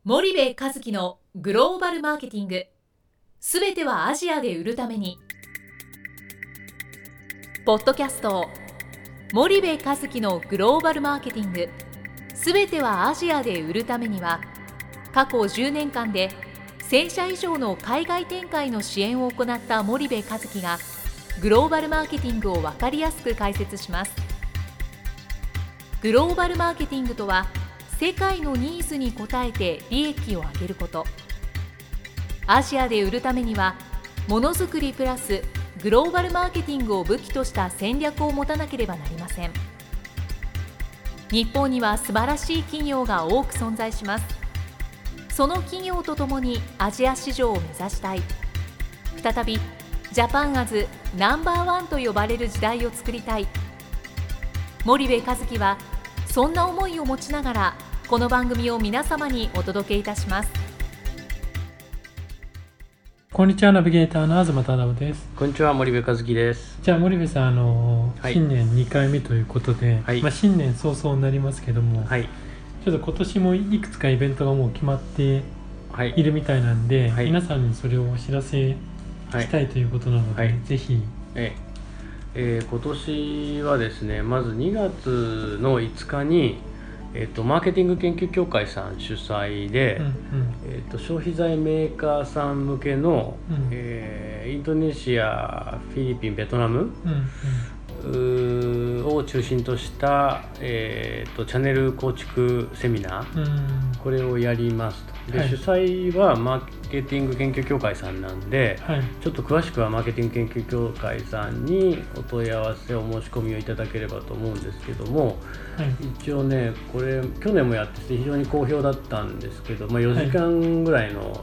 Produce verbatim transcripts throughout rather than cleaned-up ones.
森部一樹のグローバルマーケティング、すべてはアジアで売るために。ポッドキャスト森部一樹のグローバルマーケティング、すべてはアジアで売るためには、過去じゅうねんかんでせんしゃ以上の海外展開の支援を行った森部一樹がグローバルマーケティングを分かりやすく解説します。グローバルマーケティングとは、世界のニーズに応えて利益を上げること。アジアで売るためには、ものづくりプラスグローバルマーケティングを武器とした戦略を持たなければなりません。日本には素晴らしい企業が多く存在します。その企業とともにアジア市場を目指したい。再びジャパンアズナンバーワンと呼ばれる時代を作りたい。森部一樹はそんな思いを持ちながら、この番組を皆様にお届けいたします。 こんにちは、ナビゲーターの東忠夫です。 こんにちは、森部一樹です。 じゃあ森部さん、あの、はい、新年にかいめということで、はい、まあ、新年早々になりますけども、はい、ちょっと今年もいくつかイベントがもう決まっているみたいなんで、はい、皆さんにそれをお知らせしたいということなので、はいはい、ぜひ、 えええー、今年はですね、まずにがつのいつかに、えー、とマーケティング研究協会さん主催で、うんうん、えー、と消費財メーカーさん向けの、うん、えー、インドネシア、フィリピン、ベトナム、うんうん、を中心とした、えー、とチャンネル構築セミナー、うん、これをやりますと。で、はい、主催はマーケティング研究協会さんなんで、はい、ちょっと詳しくはマーケティング研究協会さんにお問い合わせ、お申し込みをいただければと思うんですけども、はい、一応ね、これ去年もやってて非常に好評だったんですけど、まあ、よじかんぐらいの、はい、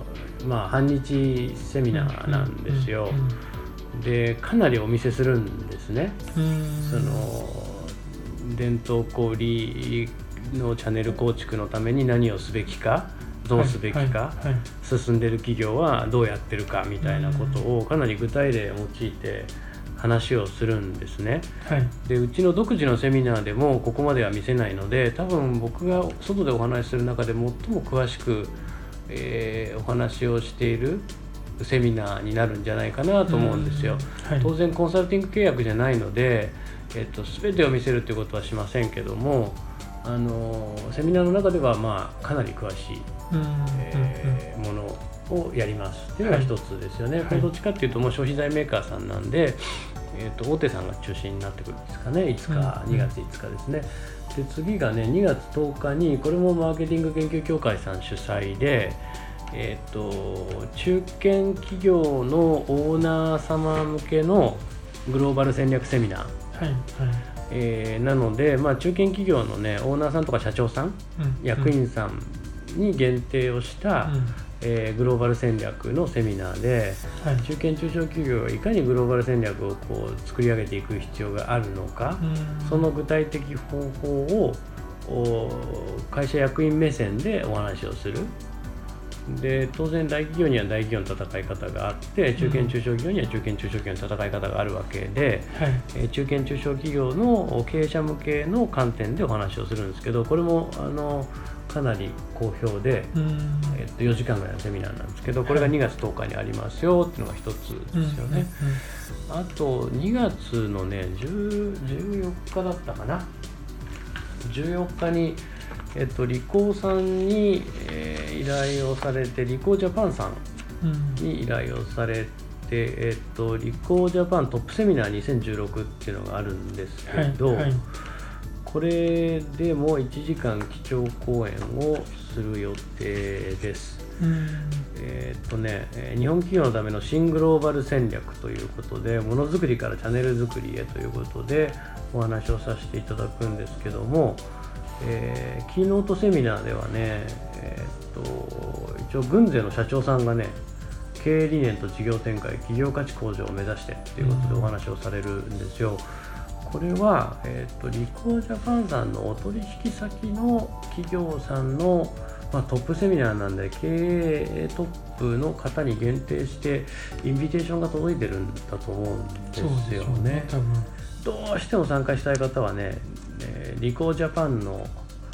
まあ、半日セミナーなんですよ。で、かなりお見せするんですね。その伝統小売のチャンネル構築のために何をすべきか、どうすべきか、はいはいはい、進んでる企業はどうやってるかみたいなことをかなり具体例を用いて話をするんですね、はい、でうちの独自のセミナーでもここまでは見せないので、多分僕が外でお話しする中で最も詳しく、えー、お話をしているセミナーになるんじゃないかなと思うんですよ、はい、当然コンサルティング契約じゃないので、えー、と全てを見せるということはしませんけども、あのセミナーの中では、まあ、かなり詳しい、えー、ものをやりますっていうのが一つですよね、はい、これどっちかっていうともう消費財メーカーさんなんで、えー、と大手さんが中心になってくるんですかね。いつか、うん、にがついつかですね。で、次がねにがつとおかに、これもマーケティング研究協会さん主催で、えー、と中堅企業のオーナー様向けのグローバル戦略セミナー、はいはい、えー、なので、まあ、中堅企業の、ね、オーナーさんとか社長さん、うん、役員さんに限定をした、うん、えー、グローバル戦略のセミナーで、はい、中堅中小企業がいかにグローバル戦略をこう作り上げていく必要があるのか、うん、その具体的方法を会社役員目線でお話をする。で、当然大企業には大企業の戦い方があって、中堅中小企業には中堅中小企業の戦い方があるわけで、はい、えー、中堅中小企業の経営者向けの観点でお話をするんですけど、これもあのかなり好評で、えー、とよじかんぐらいのセミナーなんですけど、これがにがつとおかにありますよっていうのが一つですよね、うんうんうん、あとにがつのねじゅう、じゅうよっかだったかな、じゅうよっかにえっと、リコーさんに、えー、依頼をされて、リコージャパンさんに依頼をされて、うん、えっと、リコージャパントップセミナーにせんじゅうろくっていうのがあるんですけど、はいはい、これでもいちじかん基調講演をする予定です、うん、えっとね、日本企業のための新グローバル戦略ということで、ものづくりからチャンネル作りへということでお話をさせていただくんですけども、えー、キーノートセミナーではね、えー、っと一応軍勢の社長さんがね、経営理念と事業展開、企業価値向上を目指してということでお話をされるんですよ。これは、えー、っとリコージャパンさんのお取引先の企業さんの、まあ、トップセミナーなんで、経営トップの方に限定してインビテーションが届いてるんだと思うんですよね。どうしても参加したい方はね、リコージャパンの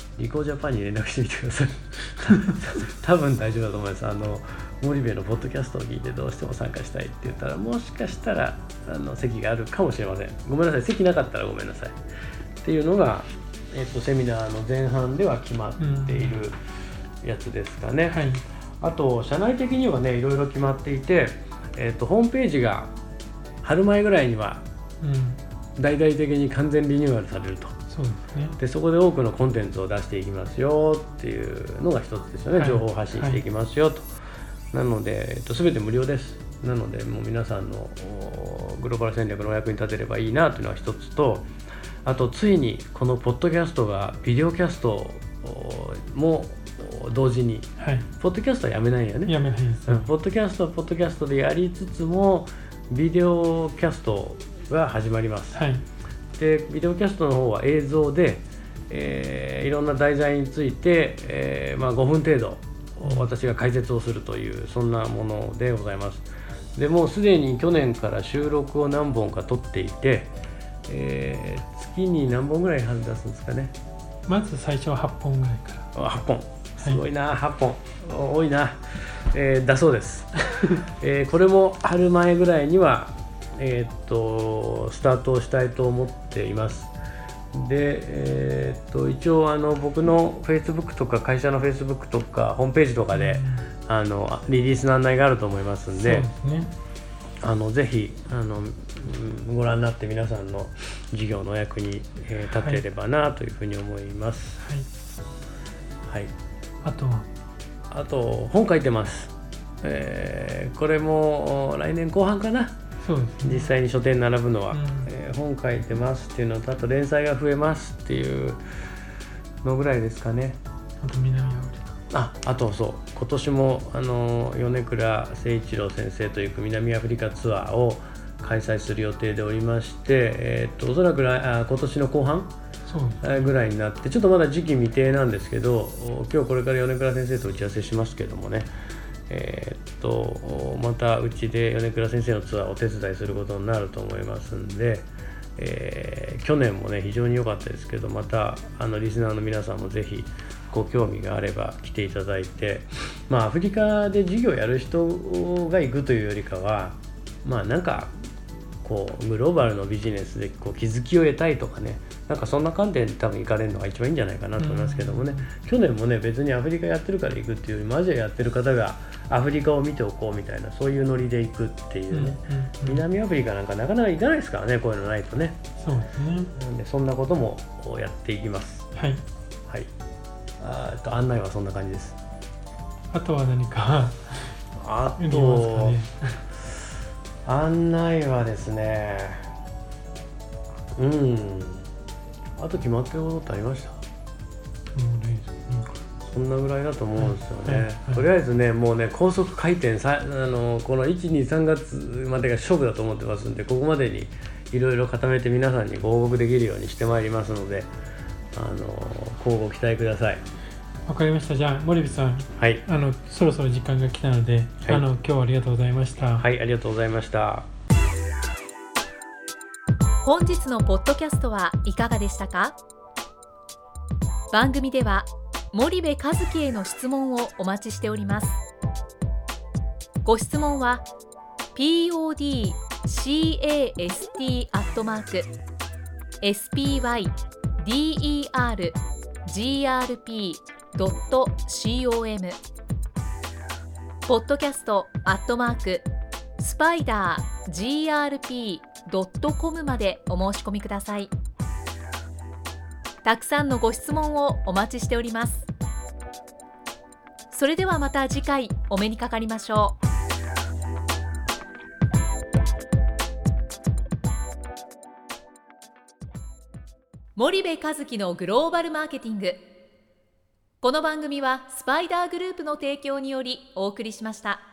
リコージャパンに連絡してみてください多分大丈夫だと思います。あの森部のポッドキャストを聞いてどうしても参加したいって言ったら、もしかしたらあの席があるかもしれません。ごめんなさい、席なかったらごめんなさいっていうのが、えっと、セミナーの前半では決まっているやつですかね、うんはい、あと社内的にはねいろいろ決まっていて、えっと、ホームページが春前ぐらいには大々的に完全リニューアルされると。 そうですね、 でそこで多くのコンテンツを出していきますよっていうのが一つですよね、はい、情報発信していきますよと、はい、なので、えっと、全て無料です。なのでもう皆さんのグローバル戦略のお役に立てればいいなというのが一つと、あとついにこのポッドキャストがビデオキャストも同時に、はい、ポッドキャストはやめないよね。 やめないです、 うん、ポッドキャストはポッドキャストでやりつつもビデオキャストが始まります、はい、でビデオキャストの方は映像で、えー、いろんな題材について、えーまあ、ごふん程度私が解説をするというそんなものでございます。でもうすでに去年から収録を何本か撮っていて、えー、月に何本ぐらい出すんですかね。 まず最初ははっぽんぐらいから。 はっぽんすごいな、はい、はっぽん多いな、えー、だそうです、えー、これも春前ぐらいには、えー、っとスタートをしたいと思っています。で、えー、っと一応あの僕の Facebook とか会社の Facebook とかホームページとかで、うん、あのリリースの案内があると思いますんで、そうですね、あのぜひあのご覧になって皆さんの事業のお役に、えー、立てればなというふうに思います。はい、はい、 あとはあと本書いてます、えー、これも来年後半かな。 そうですね、 実際に書店に並ぶのは、うん、えー、本書いてますっていうのと、あと連載が増えますっていうのぐらいですかね。 あと南アフリカ、 あ、あとそう今年もあの米倉誠一郎先生と行く南アフリカツアーを開催する予定でおりまして、えー、っとおそらく来あ今年の後半そうぐらいになって、ちょっとまだ時期未定なんですけど、今日これから米倉先生と打ち合わせしますけどもね、えー、っとまたうちで米倉先生のツアーをお手伝いすることになると思いますんで、えー、去年もね非常に良かったですけど、またあのリスナーの皆さんもぜひご興味があれば来ていただいて、まあアフリカで事業やる人が行くというよりかは、まあなんかこうグローバルのビジネスでこう気づきを得たいとかね、なんかそんな観点で多分行かれるのが一番いいんじゃないかなと思いますけどもね、うん、去年もね別にアフリカやってるから行くっていうよりもアジアやってる方がアフリカを見ておこうみたいな、そういうノリで行くっていうね、うんうんうん、南アフリカなんかなかなか行かないですからね、こういうのないとね。 そうですね。 なんでそんなこともやっていきます。 はい、 はい、あと案内はそんな感じです。 あとは何かあと、ね、案内はですね、うんあと決まってることってありました？そんなぐらいだと思うんですよね、はいはいはい、とりあえずねもうね高速回転さあのこのいち、に、さんがつまでが勝負だと思ってますんで、ここまでにいろいろ固めて皆さんにご報告できるようにしてまいりますので、あの乞うご期待ください。 わかりました。じゃあ森部さん、 はい、 あのそろそろ時間が来たので、はい、あの今日はありがとうございました。 はい、ありがとうございました。 本日のポッドキャストはいかがでしたか？番組では森部一樹への質問をお待ちしております。ご質問は podcast アットマーク spydergrp ドット com ポッドキャストアットマークスパイダー ジーアールピー ドットコム までお申し込みください。たくさんのご質問をお待ちしております。それではまた次回お目にかかりましょう。森部一樹のグローバルマーケティング。この番組はスパイダーグループの提供によりお送りしました。